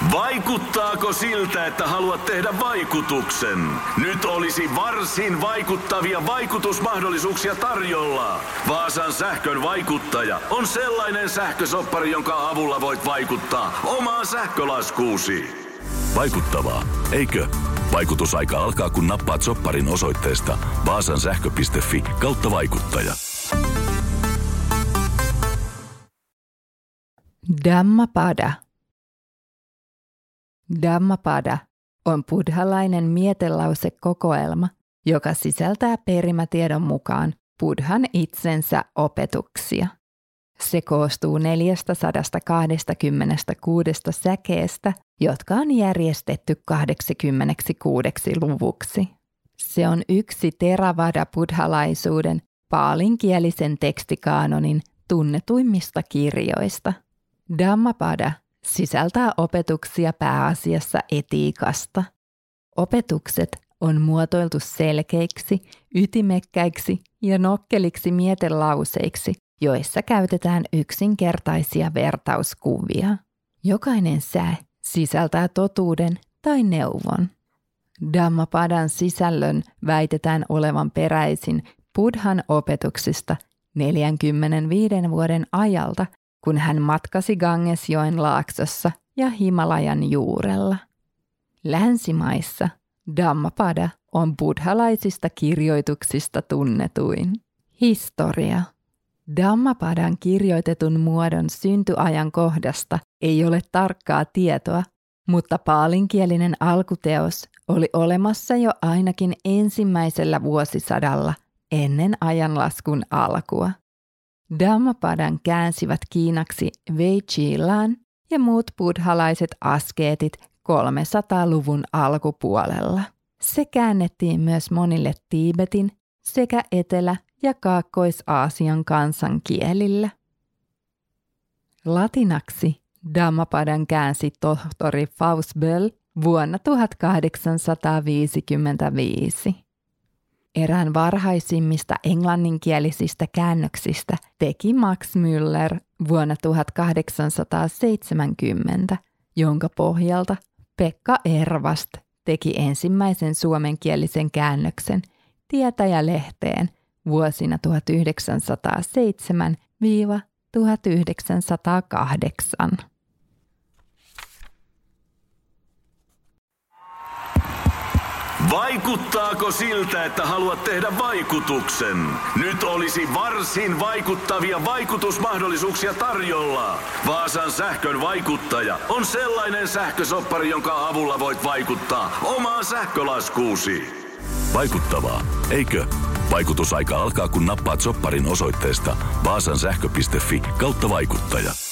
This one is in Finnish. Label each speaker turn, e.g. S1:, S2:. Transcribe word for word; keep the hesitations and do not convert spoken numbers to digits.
S1: Vaikuttaako siltä, että haluat tehdä vaikutuksen? Nyt olisi varsin vaikuttavia vaikutusmahdollisuuksia tarjolla. Vaasan sähkön vaikuttaja on sellainen sähkösoppari, jonka avulla voit vaikuttaa omaan sähkölaskuusi.
S2: Vaikuttavaa, eikö? Vaikutusaika alkaa, kun nappaat sopparin osoitteesta vaasansähkö piste fi kautta vaikuttaja.
S3: Dhammapada. Dhammapada on buddhalainen mietelausekokoelma, joka sisältää perimätiedon mukaan buddhan itsensä opetuksia. Se koostuu neljäsataakaksikymmentäkuusi säkeestä, jotka on järjestetty kahdeksankymmentäkuusi luvuksi. Se on yksi Theravada-buddhalaisuuden paalinkielisen tekstikaanonin tunnetuimmista kirjoista. Dhammapada sisältää opetuksia pääasiassa etiikasta. Opetukset on muotoiltu selkeiksi, ytimekkäiksi ja nokkeliksi mietelauseiksi, joissa käytetään yksinkertaisia vertauskuvia. Jokainen säe sisältää totuuden tai neuvon. Dhammapadan sisällön väitetään olevan peräisin Buddhan opetuksista neljänkymmenenviiden vuoden ajalta, kun hän matkasi Gangesjoen laaksossa ja Himalajan juurella. Länsimaissa Dhammapada on buddhalaisista kirjoituksista tunnetuin. Historia. Dhammapadan kirjoitetun muodon syntyajankohdasta ei ole tarkkaa tietoa, mutta paalinkielinen alkuteos oli olemassa jo ainakin ensimmäisellä vuosisadalla ennen ajanlaskun alkua. Dhammapadan käänsivät kiinaksi Wei Chilan ja muut buddhalaiset askeetit kolmesataaluvun alkupuolella. Se käännettiin myös monille Tiibetin sekä Etelä- ja Kaakkois-Aasian kansankielillä. Latinaksi Dhammapadan käänsi tohtori Fausböll vuonna tuhatkahdeksansataaviisikymmentäviisi. Erään varhaisimmista englanninkielisistä käännöksistä teki Max Müller vuonna tuhatkahdeksansataaseitsemänkymmentä, jonka pohjalta Pekka Ervast teki ensimmäisen suomenkielisen käännöksen Tietäjä-lehteen vuosina tuhatyhdeksänsataaseitsemän - tuhatyhdeksänsataakahdeksan.
S1: Vaikuttaako siltä, että haluat tehdä vaikutuksen? Nyt olisi varsin vaikuttavia vaikutusmahdollisuuksia tarjolla. Vaasan sähkön vaikuttaja on sellainen sähkösoppari, jonka avulla voit vaikuttaa omaan sähkölaskuusi.
S2: Vaikuttavaa, eikö? Vaikutusaika alkaa, kun nappaat sopparin osoitteesta vaasansähkö piste fi kautta vaikuttaja.